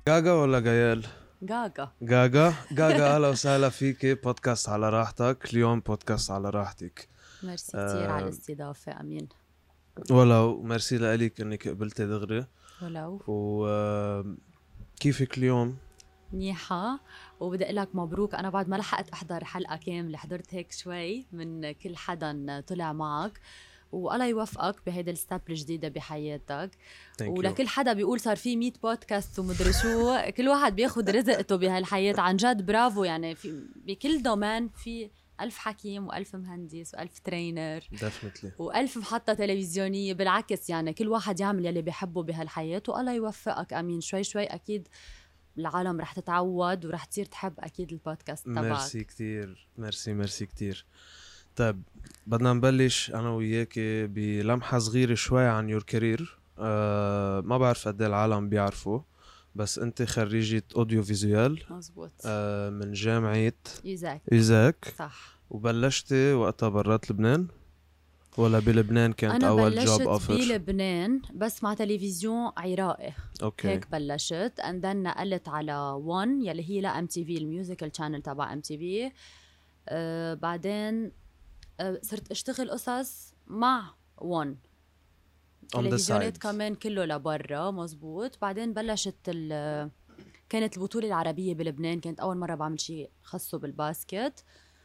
جاجا ولا جايال؟ جاجا جاجا أهلا وسهلا فيك. بودكاست على راحتك. اليوم بودكاست على راحتك. ميرسي كتير على الاستضافة أمين. ولو ميرسي لك انك قبلتي دغري. ولو كيفك اليوم؟ منيحة، وبدي أقول لك مبروك. أنا بعد ما لحقت أحضر حلقة كاملة، حضرت هيك شوي من كل حدا طلع معك، والله يوفقك بهيدا الستاب الجديدة بحياتك. ولكل حدا بيقول صار في 100 بودكاست ومدري شو كل واحد بياخد رزقته بهالحياة. عن جد برافو، يعني في بكل دومان في 1000 حكيم و1000 مهندس و1000 ترينر و1000 محطة تلفزيونية. بالعكس يعني كل واحد يعمل يلي بيحبه بهالحياة، والله يوفقك أمين. شوي شوي أكيد العالم رح تتعود ورح تصير تحب أكيد البودكاست تبعك. ميرسي كتير. ميرسي كتير. طيب بدنا نبلش أنا وياك بلمحة صغيرة شوي عن يور كارير. ما بعرف قد العالم بيعرفوا، بس أنت خريجة أوديو فيزيوال. مزبوط. من جامعة إيزاك. صح. وبلشتي وقتها برات لبنان ولا بلبنان كانت أول جوب أوفر؟ أنا بلشت بلبنان بس مع تلفزيون عراقي. أوكي. هيك بلشت and then نقلت على One يلي هي لا MTV الميوزيكال channel تبع MTV. بعدين صرت اشتغل قصص مع One تلفزيونات كمان كله لبرا. مزبوط. بعدين بلشت كانت البطولة العربية بلبنان، كانت أول مرة بعمل شيء خاصه بالباسكت،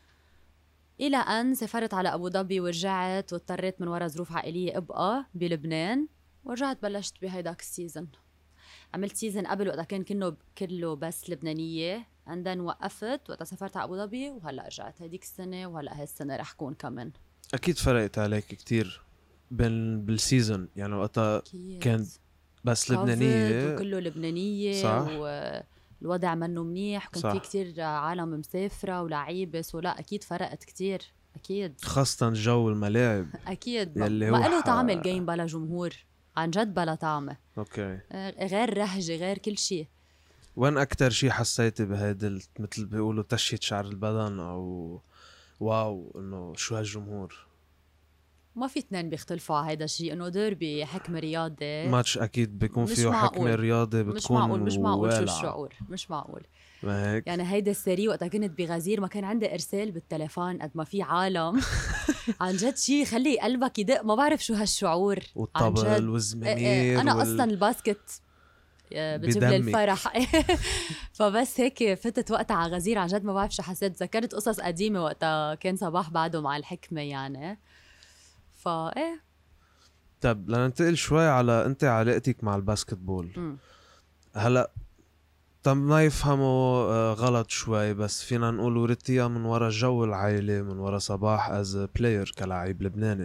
إلى أن سافرت على أبو ظبي ورجعت، واضطريت من وراء ظروف عائلية أبقى بلبنان، ورجعت بلشت بهيداك السيزن. عملت سيزن قبل وقتها كان كله بس لبنانية، عندن وقفت وقتها سافرت على أبو ظبي، وهلأ رجعت هديك السنة، وهلأ هالسنة رح كون كمان. أكيد فرقت عليك كتير بالسيزن، يعني وقتها كانت بس لبنانية وكله لبنانية. صح؟ الوضع منه منيح، وكان في كتير عالم مسافرة ولاعيبة، ولا أكيد فرقت كتير أكيد، خاصة جو الملاعب. أكيد ما له طعم الجيم بلا جمهور، عن جد بلا طعمة. أوكي. غير رهجة، غير كل شيء. وين أكتر شيء حسيتي بهيدا مثل بيقولوا تشيت شعر البدن أو واو إنه شو هالجمهور؟ ما في اثنين بيختلفوا على هيدا الشيء، انه ديربي حكم رياضي ماتش اكيد بيكون فيه حكم رياضي، بتكون مش معقول شو الشعور، مش معقول. ما هيك يعني هيدا السري وقتها كنت بغزير ما كان عندي ارسال بالتليفون قد ما في عالم. عن جد شيء خلي قلبك يدق، ما بعرف شو هالشعور. والطبل والزمنير انا اصلا الباسكت بتجيب لي الفرح. فبس هيك فتت وقتها على غزير، عن جد ما بعرف شو حسيت. ذكرت قصص قديمة وقتها كان صباح بعده مع الحكمة يعني. فايه طب لننتقل شوي على انت علاقتك مع الباسكتبول. هلا طب ما يفهموا غلط شوي، بس فينا نقول ورثتيها من وراء جو العائلة، من وراء صباح از بلاير كلاعب لبناني.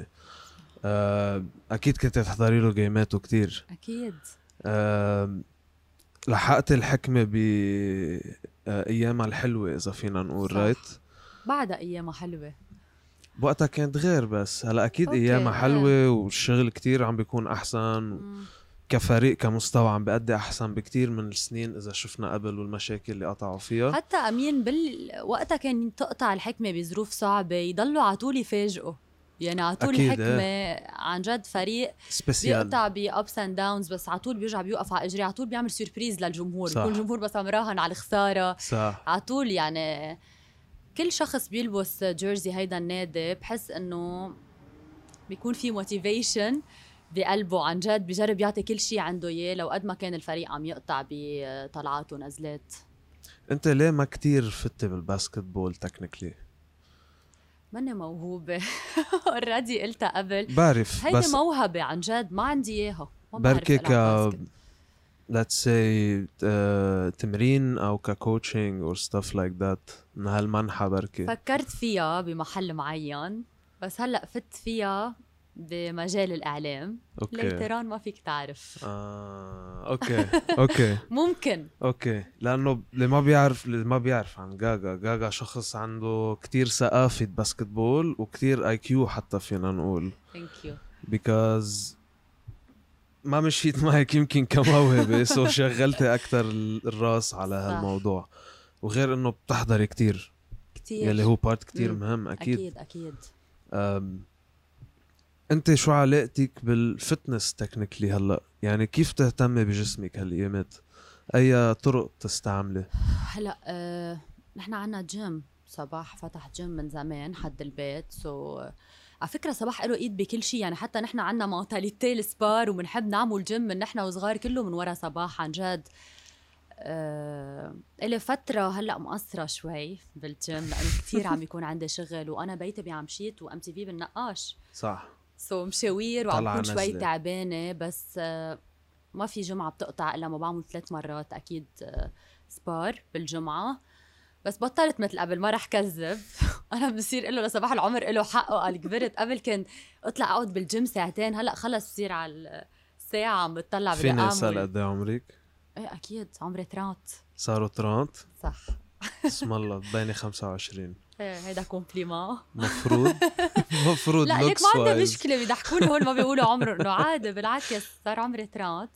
اكيد كنت تحضري له جيماته كتير اكيد. لحقت الحكمة بأيامها الحلوة إذا فينا نقول رايت. بعد أيامها حلوة، بوقتها كانت غير، بس هلا أكيد أيامها حلوة والشغل كتير عم بيكون أحسن. كفريق كمستوى عم بيأدي أحسن بكتير من السنين إذا شفنا قبل، والمشاكل اللي قطعوا فيها. حتى أمين وقتها كان تقطع الحكمة بظروف صعبة، يضلوا عطول يفاجئوا، يعني عطول الحكمة عن جد فريق بيقطع بأبس اند داونز، بس عطول بيرجع بيوقف على إجري، عطول بيعمل سيربريز للجمهور. كل الجمهور بس عم راهن على الخسارة. صح. عطول يعني كل شخص بيلبس جيرزي هيدا النادي بحس إنه بيكون في موتيفيشن بقلبه، عن جد بيجرب يعطي كل شيء عنده إياه لو قد ما كان الفريق عم يقطع بطلعات ونزلات. أنت ليه ما كتير فتة بالباسكتبول تكنيكلي؟ ماني موهوبة. already قلتها قبل، بعرف هيدي موهبة عن جد ما عندي إياها. بركي let's say تمرين أو كcoaching or stuff like that من هالمنحة بركي فكرت فيها بمحل معين، بس هلأ فت فيها بمجال الإعلام. ليتران ما فيك تعرف. أوكي. ممكن. أوكي، لأنه اللي ما بيعرف عن جاجا شخص عنده كتير ثقافة باسكتبول وكتير IQ حتى فينا نقول. Thank you. because ما مشيت معك يمكن كموهبة سو شغلتي أكتر الراس على هالموضوع، وغير إنه بتحضري كتير يلي هو بارت كتير مهم. أكيد. أنت شو علاقتك بالفتنس تكنيكلي هلأ؟ يعني كيف تهتمي بجسمك هالأيامات؟ اي طرق تستعملي؟ هلا نحن عنا جيم. صباح فتح جيم من زمان حد البيت، على فكرة صباح له ايد بكل شيء، يعني حتى نحن عنا مونتاليتي السبار وبنحب نعمل جيم من نحن وصغار، كله من ورا صباح عن جد. إلي فترة هلأ مقصرة شوي بالجيم لأنه كتير عم يكون عندي شغل، وأنا بيتي بعم شيت وام تي في بالنقاش، صح. مشاوير وعم كون شوي نزلة. تعبانة. بس ما في جمعة بتقطع إلا ما بعمل 3 مرات أكيد سبار بالجمعة. بس بطلت مثل قبل، ما رح كذب. أنا بصير له لصباح العمر له حقه، قال كبرت. قبل كنت أطلع أقعد بالجيم ساعتين، هلأ خلص بصير على الساعة عم بتطلع بدي فيني أعمل. اسال قد ايه عمرك؟ ايه أكيد عمري 30. صاروا 30؟ صح. اسم الله بيني 25. ايه هيدا كومبليما. مفروض لا ليك looks ما عندي wise. مشكلة، بيضحكوا لي هول ما بيقولوا عمره، انه عادي بالعكس صار عمري 30.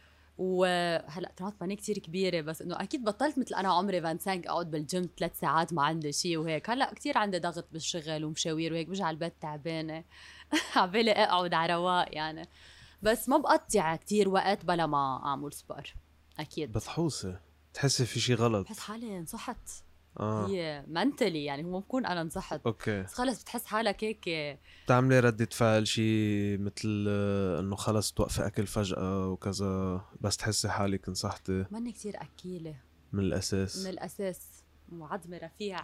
وهلا 30 ماني كتير كبيرة، بس انه اكيد بطلت مثل انا عمري 25 اقعد بالجيم 3 ساعات ما عندي شيء وهيك. هلا كتير عندي ضغط بالشغل ومشاوير وهيك، برجع على البيت تعبانة. عبالي اقعد على رواق يعني. بس ما بقطع كتير وقت بلا ما اعمل سبار اكيد. بتحوسي تحسي في شي غلط؟ بحس حالي انصحت. اه هي منتلي يعني، هو بكون انا انصحت اوكي. بس خلص بتحس حالك هيك. بتعملي ردة فعل شي مثل انه خلص توقفي اكل فجأة وكذا بس تحسي حالك انصحتي؟ ماني كتير أكيلة من الاساس. من الأساس، وعظمي رفيع.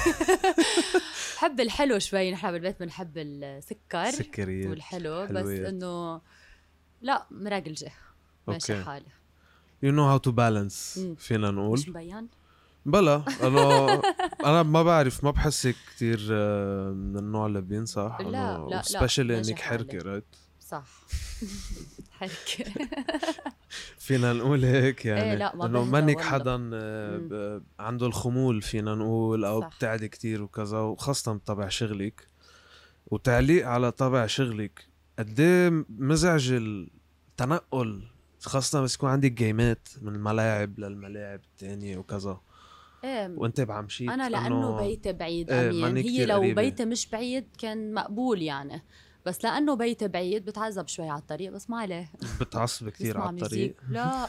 بحب الحلو شوي، نحن بالبيت بنحب السكر سكريات والحلو، بس حلويات. إنه لا مرقلجة ماشي أوكي. حالي. you know how to balance فينا نقول. مش مبين؟ بلا انا ما بعرف، ما بحسك كتير من النوع اللي بينصح. لا لا especially لا انك حركة رايت. صح. حركة. فينا نقول هيك يعني. ايه لا ما انه بهدى منك والله. حدا عنده الخمول فينا نقول، او صح. بتعدي كتير وكذا، وخاصة بطبع شغلك. وتعليق على طبع شغلك، قديه مزعج التنقل، خاصة بس يكون عندك جيمات من الملاعب للملاعب التانية وكذا. ايه وانت بعمشيت أنا لأنه بيتي بعيد ايه أمين، هي كتير لو قريبة. بيتي مش بعيد كان مقبول يعني، بس لأنه بيتي بعيد بتعذب شوي على الطريق، بس ما عليه. بتعصب كتير على الطريق؟ لا.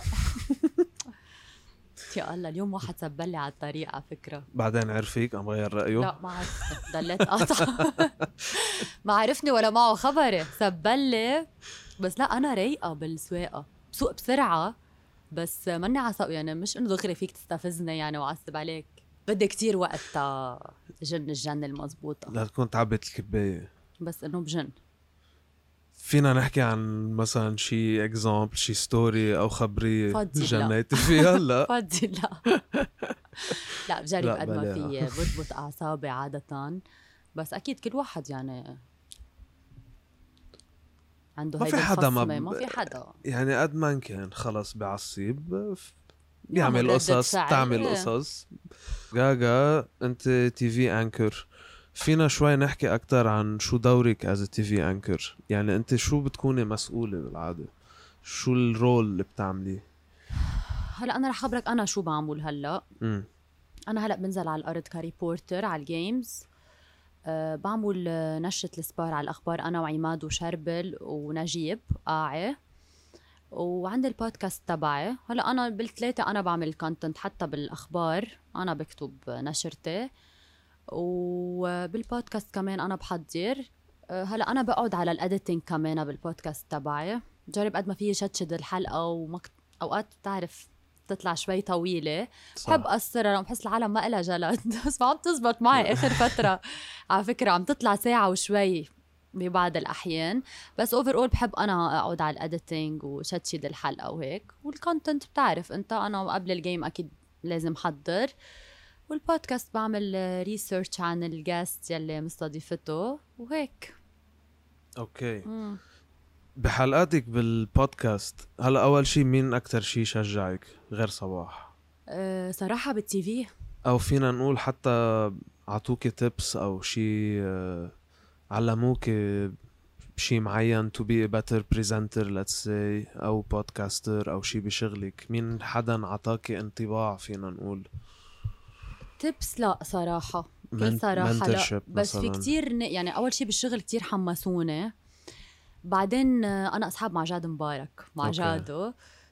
يا الله اليوم واحد سبلي على الطريق على فكرة. بعدين عرفيك قام غير رأيه؟ لا ما عرفني، ضليت قاطعة. ما عرفني ولا معه خبري، سبلي. بس لا أنا رايقة بالسواقة، بسوق بسرعة، بس ماني عصب يعني، مش إنه دغري فيك تستفزني يعني وعصب عليك. بدي كتير وقت تا جن الجنة المضبوطة، لا تكون تعبت الكباية. بس إنه بجن. فينا نحكي عن مثلا شي اكزامبل، شي ستوري او خبرية فضي لا. جنيت فيها؟ لا فضي لا. لا بجرب لا قد ما بلاها. في بضبط أعصابي عادة، بس أكيد كل واحد يعني عنده ما في هيدي حدا الفصمة، ما في حدا يعني قد ما كان خلص بعصيب بيعمل يعمل ردة قصص، فعل. تعمل إيه. قصص. جاجا انت تي في انكر، فينا شوي نحكي اكتر عن شو دورك از تي في انكر؟ يعني انت شو بتكوني مسؤولة بالعادة؟ شو الرول اللي بتعمليه؟ هلا أنا رح خبرك أنا شو بعمل هلا. امم أنا هلا بنزل على الأرض كريبورتر على الجيمز. بعمل نشرة السبار على الأخبار أنا وعماد وشربل ونجيب قاعي، وعندي البودكاست تبعي. هلا أنا بالثلاثة أنا بعمل كونتنت، حتى بالأخبار أنا بكتب نشرتي، وبالبودكاست كمان أنا بحضر. هلا أنا بقعد على الأديتينج كمان بالبودكاست تبعي، جرب قد ما فيي شتشد الحلقة، أوقات بتعرف تطلع شوي طويلة، بحب أقصرها لأنه بحس العالم ما إلها جلد. بس ما عم تزبط معي آخر فترة على فكرة، عم تطلع ساعة وشوي ببعض الأحيان. بس أوفر بحب أنا أقعد على الأديتينج وشتشد الحلقة وهيك. والكونتنت بتعرف أنت، أنا قبل الجيم أكيد لازم حضر. والبودكاست بعمل ريسيرش عن الجاست يلي مستضيفته وهيك. اوكي. بحلقاتك بالبودكاست هلا اول شي مين اكتر شي شجعك غير صباح؟ صراحة بالتي في، او فينا نقول حتى عطوكي تيبس او شي علموكي بشي معين to be a better presenter let's say، او بودكاستر او شي بشغلك؟ مين حدا عطاكي انطباع فينا نقول؟ تيبس لا صراحة، كل صراحة لا. بس في مثلاً. كتير يعني أول شي بالشغل كتير حمسوني. بعدين أنا أصحاب مع جاد مبارك، مع أوكي. جادو،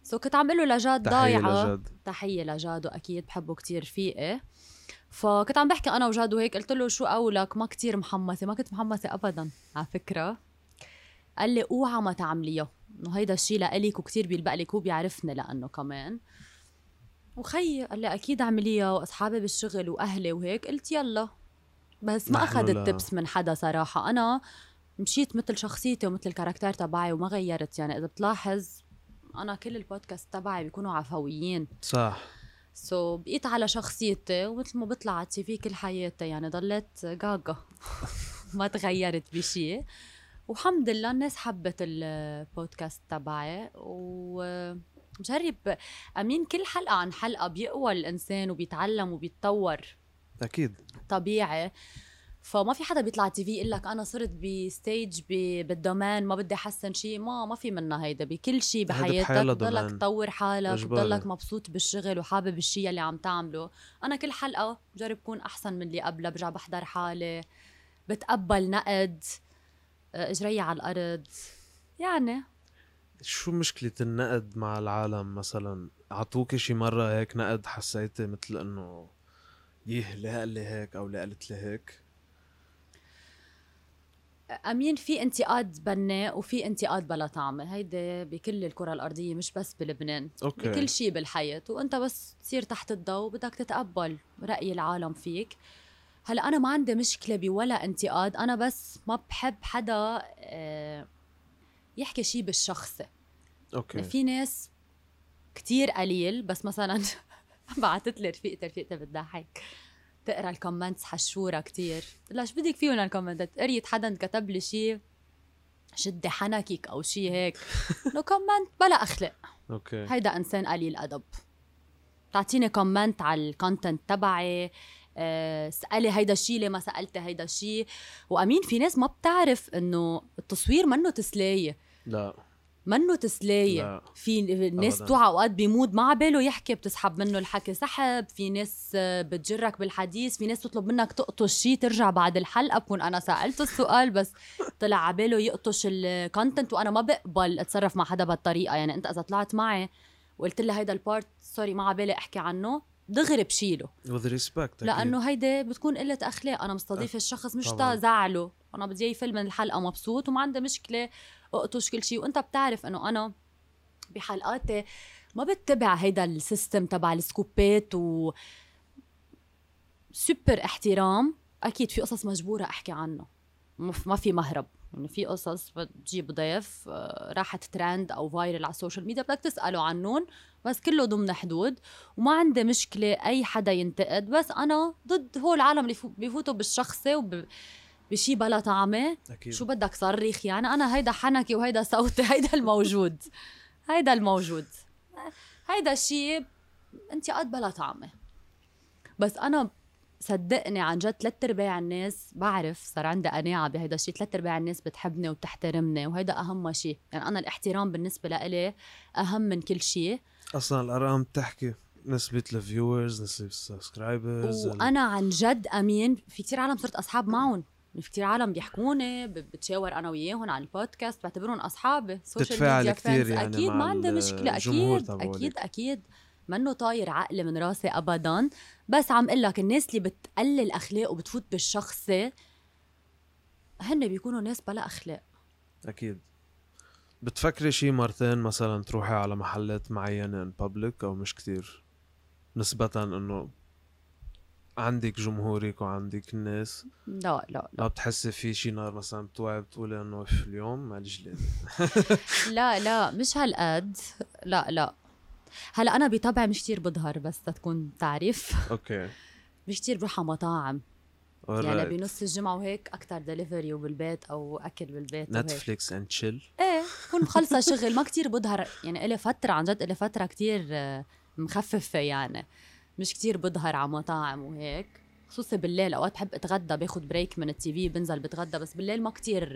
كنت عم بقول له لجاد تحية ضايعة. لجاد. تحية لجاد، وأكيد بحبه كتير رفيقي. فكنت عم بحكي أنا وجاد وهيك، قلت له شو قولك؟ ما كتير محمسة. ما كنت محمسة أبدا على فكرة. قال لي اوعى ما تعمليه، إنه هيدا الشيء لإلك وكتير بيلبقلك، وبيعرفني لأنه كمان. وخي قال لي أكيد اعمليها، وأصحابي بالشغل وأهلي وهيك. قلت يلا، بس ما نحن أخذت تبس من حدا صراحة. أنا مشيت مثل شخصيتي ومثل الكاركتير تبعي وما غيرت. يعني إذا بتلاحظ أنا كل البودكاست تبعي بيكونوا عفويين. صح. بقيت على شخصيتي، ومثل ما بطلع على التي في كل حياتي، يعني ضلت جاجا ما تغيرت بشي. والحمد لله الناس حبت البودكاست تبعي. ومجرب أمين كل حلقة عن حلقة بيقوى الإنسان وبيتعلم وبيتطور. أكيد طبيعي. فما في حدا بيطلع تي في يقول لك انا صرت بستيج بالدومين ما بدي احسن شيء. ما في منها هيدا. بكل شيء بحياتك بضلك تطور حالك، بضلك مبسوط بالشغل وحابب الشيء اللي عم تعمله. انا كل حلقه بجرب كون احسن من اللي قبلها، برجع بحضر حالي، بتقبل نقد، اجري على الارض. يعني شو مشكلة النقد مع العالم؟ مثلا عطوكي شي مرة هيك نقد حسيتي مثل انه يه ليه قال لي هيك او ليه قالت لي هيك؟ أمين في انتقاد بناء وفي انتقاد بلا طعمة. هيدا بكل الكرة الأرضية، مش بس بلبنان. أوكي. بكل شيء بالحياة. وأنت بس تصير تحت الضوء بدك تتقبل رأي العالم فيك. هلأ أنا ما عندي مشكلة بولا انتقاد. أنا بس ما بحب حدا يحكي شيء بالشخصي. أوكي. في ناس كتير قليل، بس مثلا بعتت لي رفيقتي بتضحك تقرا الكومنتس حشوره كتير. لا شو بدك فيهم الكومنتات؟ قريت حدا كتب لي شيء شدي حنكك او شيء هيك نو كومنت بلا اخلاق. اوكي. هيدا انسان قليل ادب. تعطيني كومنت على الكونتنت تبعي، اسالي هيدا الشيء ليه ما سالتي هيدا الشيء. وامين في ناس ما بتعرف انه التصوير منه تسليه. لا منه تسلية. لا. في ناس توعى اوقات بمود ما عباله يحكي بتسحب منه الحكي سحب. في ناس بتجرك بالحديث. في ناس تطلب منك تقطش شيء ترجع بعد الحلقة بكون انا سألت السؤال بس طلع عباله يقطش الكونتنت. وانا ما بقبل اتصرف مع حدا بهالطريقة. يعني انت اذا طلعت معي وقلت لي هيدا البارت سوري ما عبالي احكي عنه، دغري بشيله with respect. لانه هيدا بتكون قلة اخلاق. انا مستضيفة الشخص مش تزعله. انا بدي يفل من الحلقة مبسوط وما عندي مشكلة اقطش كل شيء. وانت بتعرف انه انا بحلقاتي ما بتبع هيدا السيستم تبع السكوبات و سوبر احترام. اكيد في قصص مجبورة احكي عنه، ما في مهرب. يعني في قصص بتجيب ضيف راحت ترند او فايرل على السوشيال ميديا بدك تسأله عنهم، بس كله ضمن حدود. وما عندي مشكلة اي حدا ينتقد، بس انا ضد هو العالم اللي بيفوتوا بالشخصي بشي بلا طعمة. شو بدك صريخ؟ يعني أنا هيدا حنكي وهيدا صوتي هيدا الموجود. هيدا الموجود. هيدا الشيء انتقاد بلا طعمة. بس أنا صدقني عن جد 3/4 الناس بعرف صار عندي قناعة بهيدا الشيء. 3/4 الناس بتحبني وبتحترمني، وهيدا أهم شيء. يعني أنا الاحترام بالنسبة لإلي أهم من كل شيء. أصلا الأرقام بتحكي، نسبة الفيورز، نسبة السبسكرايبرز. وأنا عن جد أمين في كتير عالم صرت أصحاب معهم. في كتير عالم بيحكوني، بتشاور انا وياهم على البودكاست، بعتبرهم اصحابي. سوشيال ميديا فريندز يعني اكيد ما عندي مشكله. اكيد منه طاير عقلي من راسي ابدا. بس عم اقول لك الناس اللي بتقلل اخلاق وبتفوت بالشخصي هن بيكونوا ناس بلا اخلاق. اكيد. بتفكري شي مرتين مثلا تروحي على محلات معينه ان بابليك او مش كتير نسبه انه عندك جمهورك وعندك الناس؟ لا ما بتحسي في شي نار مثلا بتوعي بتقولي انه اليوم معلش ليه؟ لا مش هالقد. لا هلا انا بطبعي مش كتير بظهر، بس تكون تعرف. اوكي. مش كتير بروح على مطاعم. يعني بنص الجمعة وهيك أكتر دليفري وبالبيت أو أكل بالبيت. نتفليكس اند تشيل. إيه كون مخلصة شغل. ما كتير بظهر. يعني إلي فترة عن جد إلي فترة كتير مخففة. يعني مش كتير بظهر على مطاعم وهيك، خصوصي بالليل. أوقات بحب أتغدى، باخد بريك من التي في بنزل بتغدى، بس بالليل ما كتير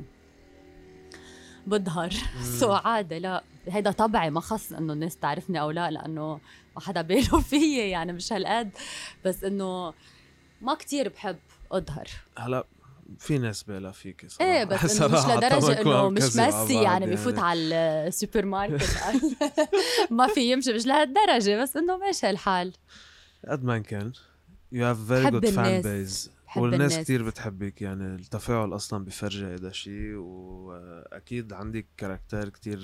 بظهر. سو عادي. لا هيدا طبعي، ما خص إنه الناس تعرفني أو لا، لأنه ما حدا باله فيي. يعني مش هالقد، بس إنه ما كتير بحب أظهر. هلا في ناس بالها فيك صراحة. ايه بس إنه مش لدرجة انه مش ميسي يعني بيفوت على السوبر ماركت ما في يمشي، مش لهالدرجة، بس انه ماشي الحال. قد ما كان you have very good fan base والناس كتير بتحبك، يعني التفاعل اصلا بفرجي هذا شيء، واكيد عندك كاركتر كتير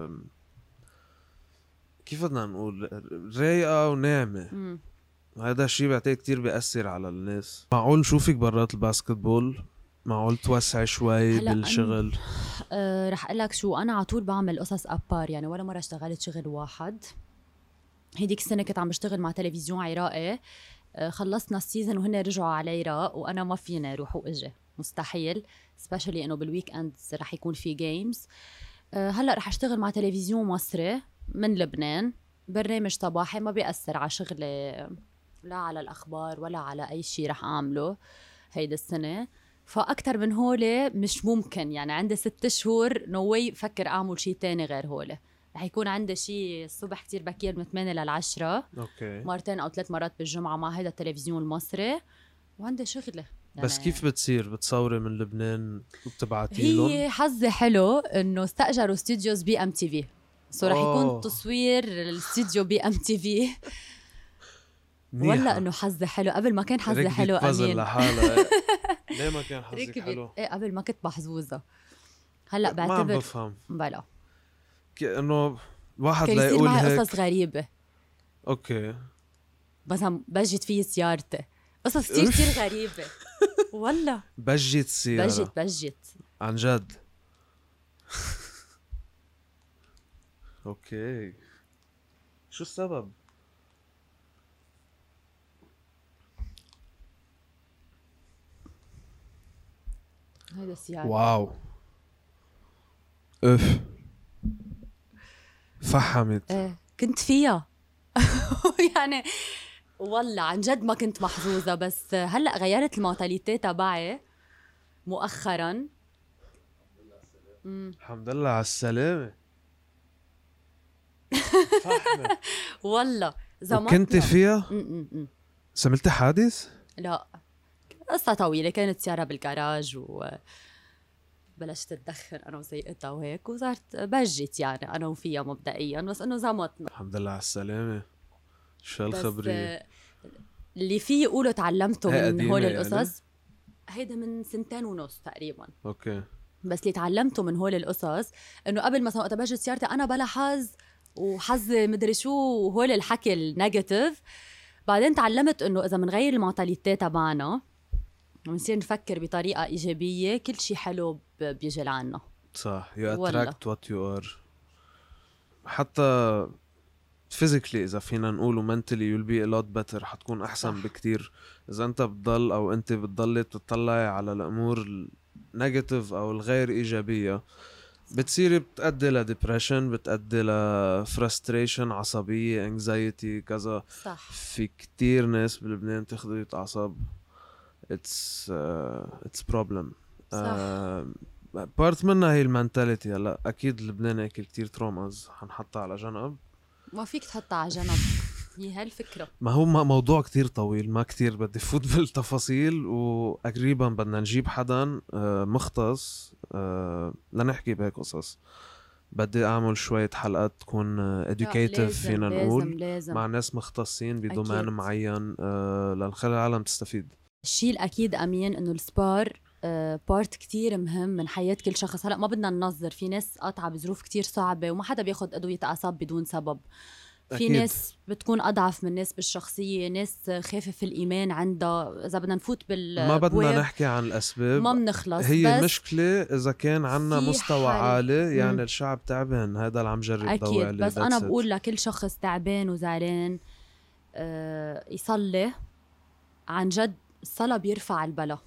كيف بدنا نقول رايقة وناعمة. هذا الشيء بعتقد كتير بيأثر على الناس. معقول نشوفك برات الباسكتبول؟ معقول توسعي شوي بالشغل؟ رح اقول لك شو، انا على طول بعمل قصص ابار، يعني ولا مره اشتغلت شغل واحد. هيديك السنه كنت عم بشتغل مع تلفزيون عراقي، خلصنا السيزن وهن رجعوا على العراق وانا ما فينا اروح واجي، مستحيل، سبيشلي انه بالويك اند رح يكون في جيمز. هلا رح اشتغل مع تلفزيون مصري من لبنان، برنامج صباحي ما بيأثر على شغلي لا على الأخبار ولا على أي شيء رح أعمله هيدا السنة. فأكتر من هولي مش ممكن، يعني عندي 6 شهور نوي فكر أعمل شيء تاني غير هولي. رح يكون عندي شيء الصبح كتير بكير من 8 ل10، أوكي. 2 أو 3 مرات بالجمعة مع هيدا التلفزيون المصري، وعندي شغلي يعني. بس كيف بتصير بتصوري من لبنان وبتبعتي لهم؟ هي حظي حلو إنه استأجروا استوديوز BMTV، رح يكون تصوير الاستوديو BMTV. ولا انه حظي حلو، قبل ما كان حظي حلو امين ليه ما كان حظك حلو؟ ايه قبل ما كنت محظوظه. هلا بعتبر ما بفهم بلا انه واحد كان لا يصير يقول معي هيك قصص غريبه. اوكي مثلا بجت في سيارتي، قصص كتير كتير غريبه والله. بجت السياره؟ بجت عن جد؟ اوكي، شو السبب؟ هيدا السيارة. واو اف فحمت. ايه كنت فيها يعني والله عن جد ما كنت محظوظة، بس هلأ غيرت المونتاليتي تبعي مؤخرا. الحمد لله على السلامة. فحمت والله زمان كنت فيها؟ سملت حادث؟ لا قصة طويلة، كانت سيارة بالجراج بلشت تدخن أنا وسيقتها وهيك، وصارت بجت يعني أنا وفيها مبدئيا، بس إنه زمتنا. الحمد لله على السلامة. شو هالخبرية؟ اللي فيه يقولوا تعلمته من هول القصص يعني؟ هيدا من 2.5 سنين تقريبا. أوكي. بس اللي تعلمته من هول القصص إنه قبل مثلا وقت بجت سيارتي أنا بلا حظ وحظ مدري شو وهول الحكي النيجاتيف، بعدين تعلمت إنه إذا منغير المونتاليتي تبعنا ونصير نفكر بطريقة إيجابية، كل شيء حلو بيجي لعنا. صح. you attract what you are. حتى physically إذا فينا نقول mentally you'll be a lot better. حتكون أحسن صح. بكتير إذا أنت بتضل أو أنت بتضلي تطلعي على الأمور النيجاتيف أو الغير إيجابية، بتصيري بتأدي لديبريشن، بتأدي لفرستريشن، عصبية، anxiety كذا. صح. في كتير ناس بلبنان تاخذوا عصب. it's problem. بارت منها هي المنتاليتي. هلا اكيد لبنان اكل كتير تروماز حنحطها على جنب. ما فيك تحطها على جنب هي هالفكرة. ما هو موضوع كتير طويل، ما كتير بدي فوت بالتفاصيل، وقريبا بدنا نجيب حدا مختص لنحكي بهيك قصص. بدي اعمل شوية حلقات تكون educative فينا نقول لازم. مع ناس مختصين بدومين معين لنخلي العالم تستفيد. الشيء الأكيد أمين إنه السبار بارت كتير مهم من حياة كل شخص. هلأ ما بدنا ننظر، في ناس قاطعة بظروف كتير صعبة وما حدا بياخد أدوية أعصاب بدون سبب. في أكيد. ناس بتكون أضعف من ناس بالشخصية، ناس خافف الإيمان عندها. إذا بدنا نفوت ما بدنا نحكي عن الأسباب، ما بنخلص. هي مشكلة إذا كان عنا مستوى عالي، يعني الشعب تعبان. هذا اللي عم جرب أكيد عليه. بس أنا بقول لكل شخص تعبان وزعلان يصلي عن جد. الصلاة بيرفع البلا.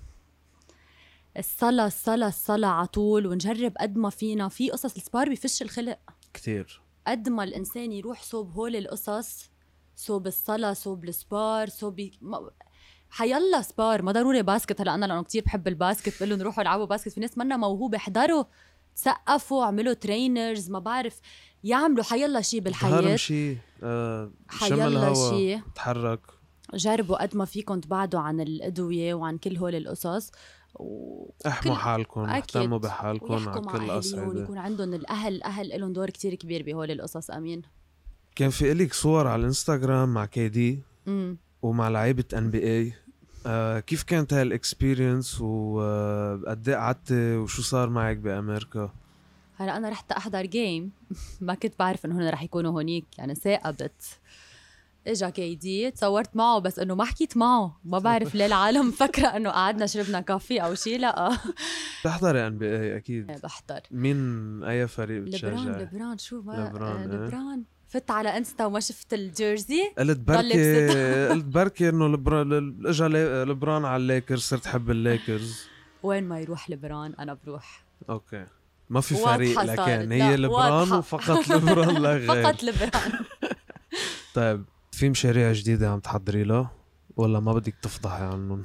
الصلاة على طول، ونجرب قد ما فينا. في قصص السبار بيفش الخلق كتير. قد ما الإنسان يروح صوب هول القصص، صوب الصلاة، صوب السبار، حيالله سبار، ما ضروري باسكت. هلا أنا لأنه كتير بحب الباسكت بقول لهم روحوا العبوا باسكت. في ناس منا موهوبة، حضروا، تسقفوا، عملوا ترينرز، ما بعرف، يعملوا حيالله شيء بالحياة. شيء حيالله شيء، تحرك. جربوا قد ما فيكم تبعدوا عن الأدوية وعن كل هول القصص، احموا حالكم، اهتموا بحالكم على كل الأصعدة. يكون عندهم الأهل لهم دور كتير كبير بهول القصص. أمين، كان في إليك صور على الانستغرام مع KD ومع لعيبة NBA. كيف كانت هاي الاكسبيرينس وقد ايه قعدتي وشو صار معك بأمريكا؟ هلا أنا رحت أحضر جيم ما كنت بعرف إنه هن رح يكونوا هونيك، يعني ثاقبت. اجا KD تصورت معه بس انه ما حكيت معه، ما بعرف ليه العالم فكرة انه قعدنا شربنا كافي او شيء. لا بتحضري NBA اكيد؟ بحضر. مين اي فريق بتشجع؟ لبران. شو ما لبران. فت على انستا وما شفت الجيرزي، قلت بركي انه لبران اجا لبران على الليكرز، صرت حب الليكرز. وين ما يروح لبران انا بروح. اوكي، ما في فريق لكن هي لبران وفقط لبران لا غير. فقط لبران. طيب في مشاريع جديدة عم تحضري لها ولا ما بدك تفضحي عنهم؟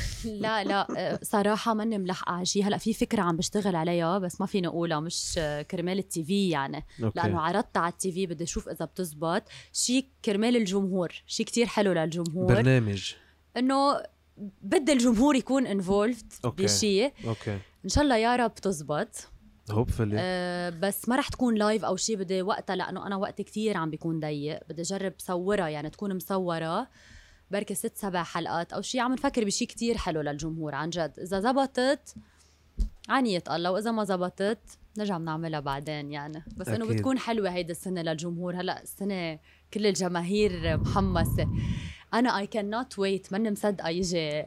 لا صراحة ماني ملحقة على شيء. هلأ في فكرة عم بشتغل عليها بس ما فيني أقولها، مش كرمال التيفي يعني. أوكي. لأنه عرضت على التيفي، بدي أشوف إذا بتزبط. شيء كرمال الجمهور، شيء كتير حلو للجمهور. برنامج إنه بدي الجمهور يكون involved بشيء. أوكي إن شاء الله يا رب تزبط. hopefully. بس ما رح تكون لايف أو شيء، بدي وقتها لأنه أنا وقتي كتير عم بيكون ضيق. بدي أجرب صورها، يعني تكون مصورة بركة 6-7 حلقات أو شيء. عم نفكر بشي كتير حلو للجمهور عن جد. إذا زبطت عنية الله، وإذا ما زبطت نرجع بنعملها بعدين يعني. بس إنه بتكون حلوة هيدا السنة للجمهور. هلأ السنة كل الجماهير محمسة. أنا I cannot wait، ماني مصدقة يجي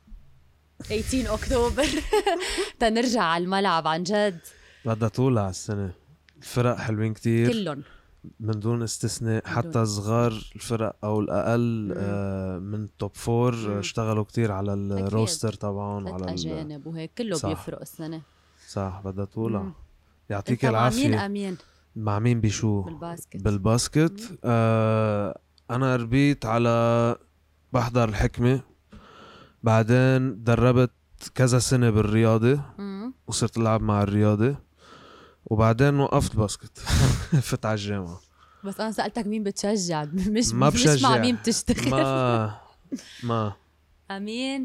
18 أكتوبر تنرجع على الملعب عن جد. بدها طول على السنة. الفرق حلوين كتير كلهم من دون استثناء، حتى صغار الفرق او الاقل من توب 4 اشتغلوا كتير على الروستر طبعا وعلى اجانب وهيك كله صح. بيفرق السنه صح. بدها طولة. يعطيك العافيه. مع مين مع مين بشو؟ بالباسكت. انا ربيت على بحضر الحكمه، بعدين دربت كذا سنه بالرياضه وصرت العب مع الرياضه، وبعدين وقفت باسكت. فت على الجامعة. بس أنا سألتك مين بتشجع، مش مع مين بتشتغل. ما أمين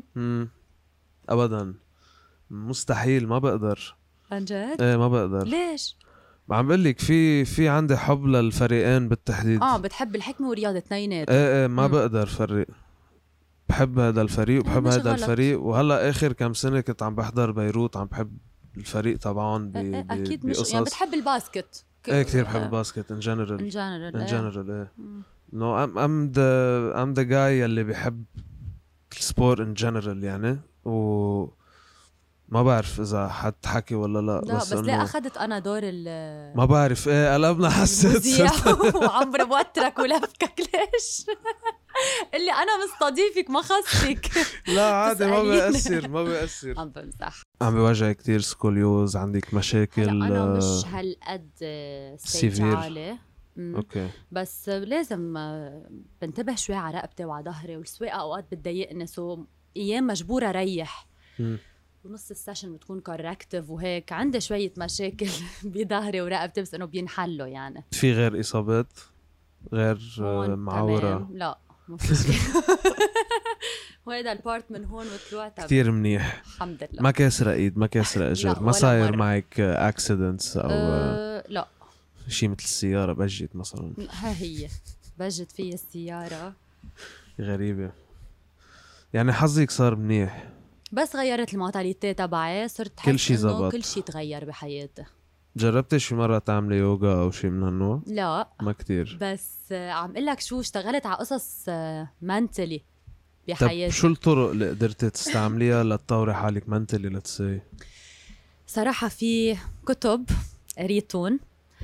أبدا مستحيل، ما بقدر عن جد. ايه ما بقدر. ليش؟ عم بقلك في عندي حب للفريقين بالتحديد. بتحب الحكمة ورياضة اثنينات. ايه ما بقدر فرق. بحب هذا الفريق وبحب هذا الفريق. وهلا آخر كم سنة كنت عم بحضر بيروت، عم بحب الفريق طبعا. اكيد مش يعني بتحب الباسكت. ايه كتير بحب الباسكت in general. ايه no I'm the guy اللي بيحب السبور in general يعني. و ما بعرف اذا حد حكي ولا لا بس ليه اخذت انا دور ما بعرف. ايه قلبنا حسيت وعم بوترك ولفكك. ليش اللي انا مستضيفك ما خصك؟ لا عادي ما بيأثر. عم بمزح. عم بيواجه كتير سكوليوز، عندك مشاكل. انا مش هالقد سيفير. اوكي بس لازم بنتبه شوي على رقبتي وعلى ظهري، والسواقه اوقات بتضايقني، ايام مجبوره ريح. ونص السيشن بتكون كوركتيف وهيك. عندي شويه مشاكل بظهري ورقبتي بس انه بينحلوا يعني. في غير اصابات غير معوره؟ لا ما في شيء. وهذا البارت من هون وطلوع كتير منيح الحمد لله. ما كاسره ايد، ما كاسره اجر، ما صاير معك اكسيدنتس او لا شيء مثل السياره بجت مثلا؟ هي بجت فيها السياره. غريبه يعني. حظك صار منيح بس غيرت المعطيات تبعي، صرت كل شيء زبط. كل شيء تغير بحياتي. جربتي شي مرة تعملي يوغا أو شي من هالنوع؟ لا ما كتير. بس عم قلك شو اشتغلت على قصص منتلي بحياتي. طب شو الطرق اللي قدرتي تستعمليها لتطوري حالك منتلي لتسي؟ صراحة في كتب قريتون،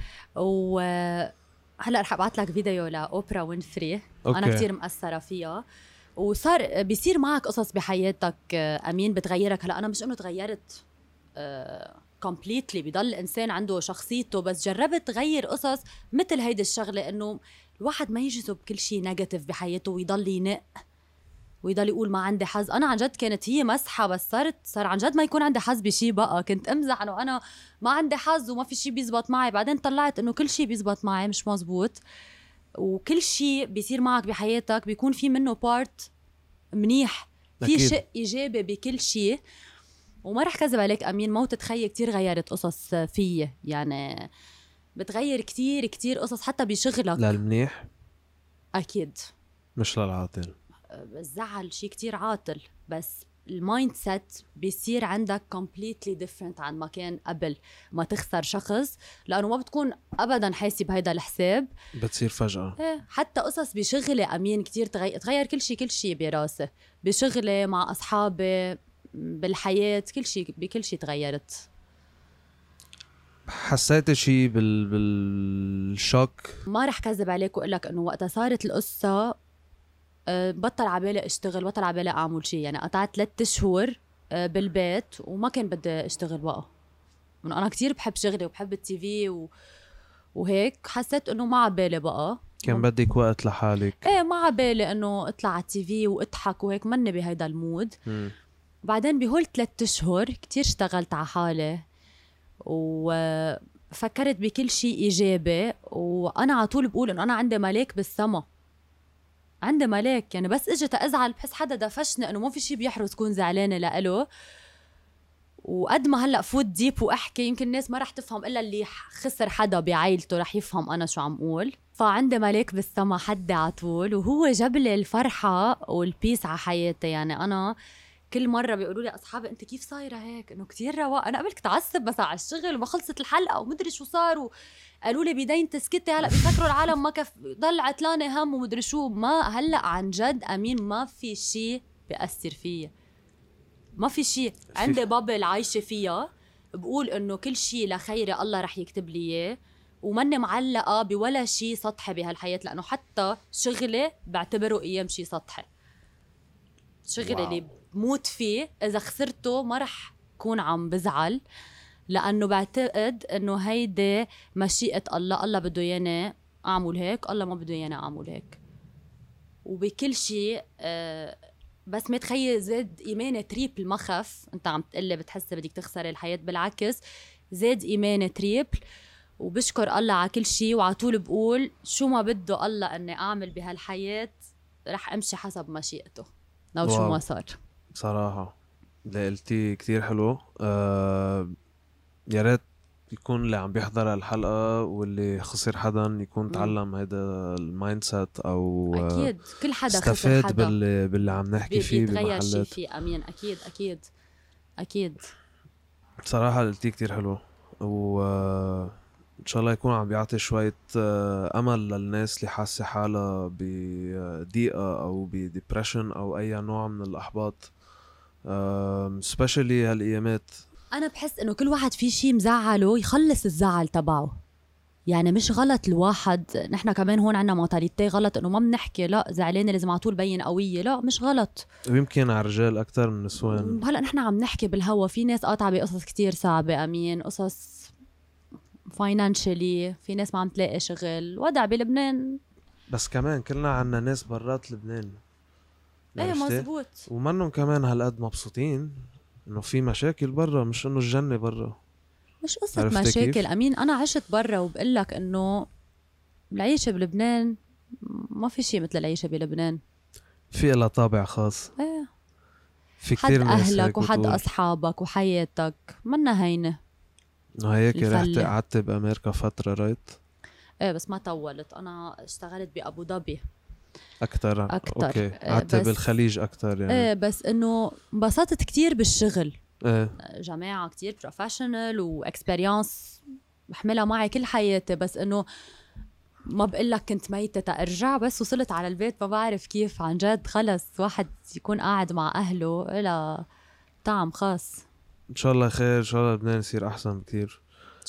وهلأ رح أبعت لك فيديو لأوبرا وينفري. أنا كتير مأثرة فيها. وصار بيصير معك قصص بحياتك أمين بتغيرك. هلأ أنا مش إنه تغيرت completely، بيضل الإنسان عنده شخصيته، بس جربت تغير قصص مثل هيدي الشغلة، إنه الواحد ما يجذب كل شيء نيجاتيف بحياته ويضل ينق ويضل يقول ما عندي حظ. أنا عن جد كانت هي مسحة، بس صار عن جد ما يكون عندي حظ بشي. بقى كنت أمزح إنه أنا ما عندي حظ وما في شيء بيزبط معي، بعدين طلعت إنه كل شيء بيزبط معي مش مزبوط. وكل شيء بيصير معك بحياتك بيكون في منه بارت منيح، في شيء إيجابي بكل شيء. وما رح كذب عليك أمين، موتة خيي كتير غيرت قصص فيي، يعني بتغير كتير كتير قصص حتى بشغلك. للمنيح أكيد، مش للعاطل. الزعل شي كتير عاطل، بس المايند سيت بيصير عندك completely different عن ما كان قبل ما تخسر شخص، لأنه ما بتكون أبدا حاسي بهيدا الحساب. بتصير فجأة. ايه، حتى قصص بشغلي أمين كتير تغير كل شي براسي، بشغلي مع أصحابي بالحياة، بكل شي تغيرت. حسيت شي بالشوك؟ ما رح كذب عليك وقلك انه وقتها صارت القصة بطل عبالي اشتغل، بطل عبالي اعمل شي، يعني قطعت 3 شهور بالبيت وما كان بدي اشتغل بقى، انه انا كتير بحب شغلي وبحب التي في وهيك حسيت انه ما عبالي بقى، كان بدك وقت لحالك. ايه ما عبالي انه اطلع على التي في واضحك وهيك، مني بهيدا المود. بعدين بهول 3 اشهر كتير اشتغلت على حالي وفكرت بكل شيء إيجابي، وأنا على طول بقول إنه أنا عندي ملاك بالسما، عندي ملاك، يعني بس إجت أزعل بحس حدا دفشني إنه ما في شيء بيحرز كون زعلانة لإله. وقد ما هلأ فوت ديب وأحكي يمكن الناس ما رح تفهم إلا اللي خسر حدا بعائلته رح يفهم أنا شو عم قول. فعندي ملاك بالسما حدي على طول، وهو جاب لي الفرحة والبيس على حياتي. يعني أنا كل مرة بيقولوا لي أصحابي أنت كيف صايرة هيك، إنه كتير رواق. أنا قبل كنت أعصب مثلا على الشغل وما خلصت الحلقة ومدري شو صار، وقالوا لي بدين تسكتي، هلأ بيفكروا العالم ما ضل عتلانة هم ومدري شو. ما هلأ عن جد أمين ما في شي بيأثر فيي، ما في شي. عندي بابل عايشة فيها، بقول إنه كل شي لخيري الله رح يكتب لي إياه، وماني معلقة بولا شي سطحي بهالحياة، لأنه حتى شغلي بعتبره أيام شي سطحي. شغلي اللي بموت فيه إذا خسرته ما رح كون عم بزعل، لأنه بعتقد إنه هيدي مشيئة الله، الله بده ياني أعمل هيك، الله ما بده ياني أعمل هيك. وبكل شيء بس ما تخيل زاد إيماني تريبل، ما خف. أنت عم تقلي بتحس بدك تخسر الحياة، بالعكس زاد إيماني تريبل، وبشكر الله على كل شيء. وعلى طول بقول شو ما بده الله أني أعمل بهالحياة رح أمشي حسب مشيئته لو شو ما صار. بصراحة اللي قلتي كتير حلو. يا ريت يكون اللي عم بيحضر الحلقة واللي خسر حدا يكون تعلم هيدا المايند سيت، او اكيد كل حدا استفاد خسر حدا باللي عم نحكي فيه بيتغير شي بمحلات. فيه امين. اكيد اكيد اكيد. بصراحة قلتي كتير حلو، و ان شاء الله يكون عم بيعطي شوية امل للناس اللي حاسة حالها بضيقة او بديبريشن او اي نوع من الاحباط، especially هالايامات. انا بحس انه كل واحد في شي مزعله يخلص الزعل تبعه، يعني مش غلط الواحد. نحن كمان هون عنا مونتاليتي غلط انه ما بنحكي لا زعلانه لازم على طول بين قويه، لا مش غلط. ويمكن على الرجال اكثر من النسوان. هلا نحن عم نحكي بالهوا، في ناس قاطعه بقصص كتير صعبه امين، قصص فاينانشلي، في ناس ما عم تلاقي شغل، وضع بلبنان. بس كمان كلنا عنا ناس برات لبنان، ايه مزبوط، ومنهم كمان هالقد مبسوطين انه في مشاكل برا، مش انه الجنة برا. مش قصة مشاكل كيف؟ أمين أنا عشت برا وبقلك إنه العيشة بلبنان ما في شيء مثل العيشة بلبنان، في إلها طابع خاص. ايه، في حد كتير ناس أهلك وحد أصحابك وحياتك منا هينة. هيك رحت قعدت بأمريكا فترة رايت؟ ايه بس ما طولت، أنا اشتغلت بأبو ظبي أكتر. أوكي قعدت بالخليج أكتر يعني. ايه بس إنه انبسطت كتير بالشغل. ايه جماعة كتير بروفيشنال واكسبيرينس بحملها معي كل حياتي، بس إنه ما بقلك كنت ميتة تأرجع، بس وصلت على البيت ما بعرف كيف عن جد خلص واحد يكون قاعد مع أهله إلى طعم خاص. إن شاء الله خير، إن شاء الله لبنان يصير أحسن بكتير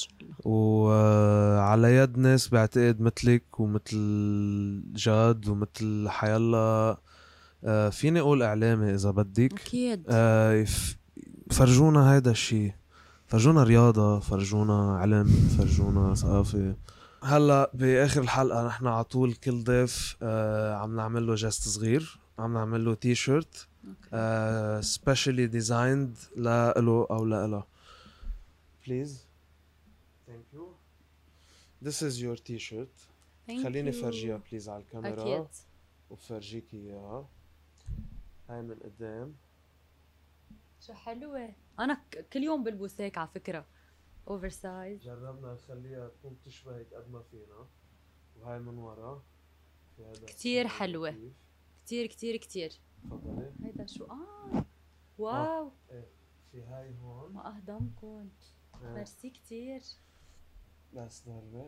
وعلى يد ناس بعتقد مثلك ومثل جاد ومثل حيالله. فيني أقول إعلامي إذا بدك. أكيد. فرجونا هيدا الشيء، فرجونا رياضة، فرجونا علم، فرجونا ثقافة. هلا باخر الحلقه نحن على طول كل ضيف عم نعمل له جست صغير، عم نعمل له تي شيرت سبيشالي ديزايند له او لها. بليز ثانك يو، ذس از يور تي شيرت. خليني فرجيها بليز على الكاميرا. أكيد. وفرجيك اياها هاي من قدام. شو حلوة. أنا كل يوم بلبس هيك على فكرة اوفر سايز. جربنا نخليها تكون تشبهك قد ما فينا. وهاي من ورا في هذا كتير حلوة كتير كتير كتير. تفضلي. هيدا شو واو. ايه في هاي هون. ما أهضمكن. ميرسي كتير. بس ضربة.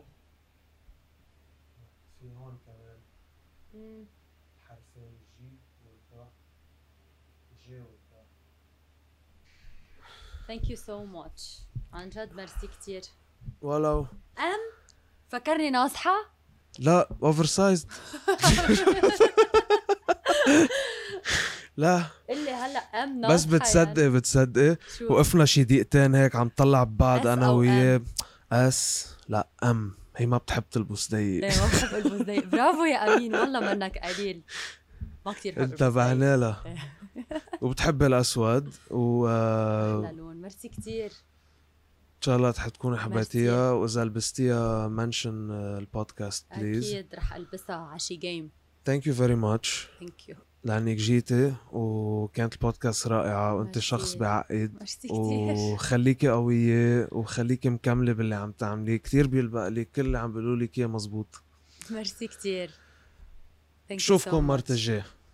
في هون كمان حرفين جي والكا. جي والكا. ثانك يو سو ماتش عن جد ميرسي كتير. ولو فكرني ناصحة. لا اوفر سايز. لا اللي هلا ناصحة بس بتصدقي يعني. بتصدقي وقفنا شي دقيقتين هيك عم طلع ببعض انا وياه. لا هي ما بتحب تلبس ضيق. ليه ما بحب البس ضيق؟ برافو يا امين والله منك قليل. ما كتير بحب انتبهنا لها. وبتحب الاسود احلى لون. ميرسي كتير. ان شاء الله تكوني حبيتيها. واذا لبستيها منشن البودكاست بليز. اكيد رح البسها على شي جيم. ثانك يو فيري ماتش ثانك يو لانك جيتي وكانت البودكاست رائعه. وانت شخص بعقد وخليكي قويه وخليكي مكمله باللي عم تعمليه. كتير بيلبق لي كل اللي عم بيقولوا لك اياه مزبوط. ميرسي كتير. نشوفكم مرة الجاي.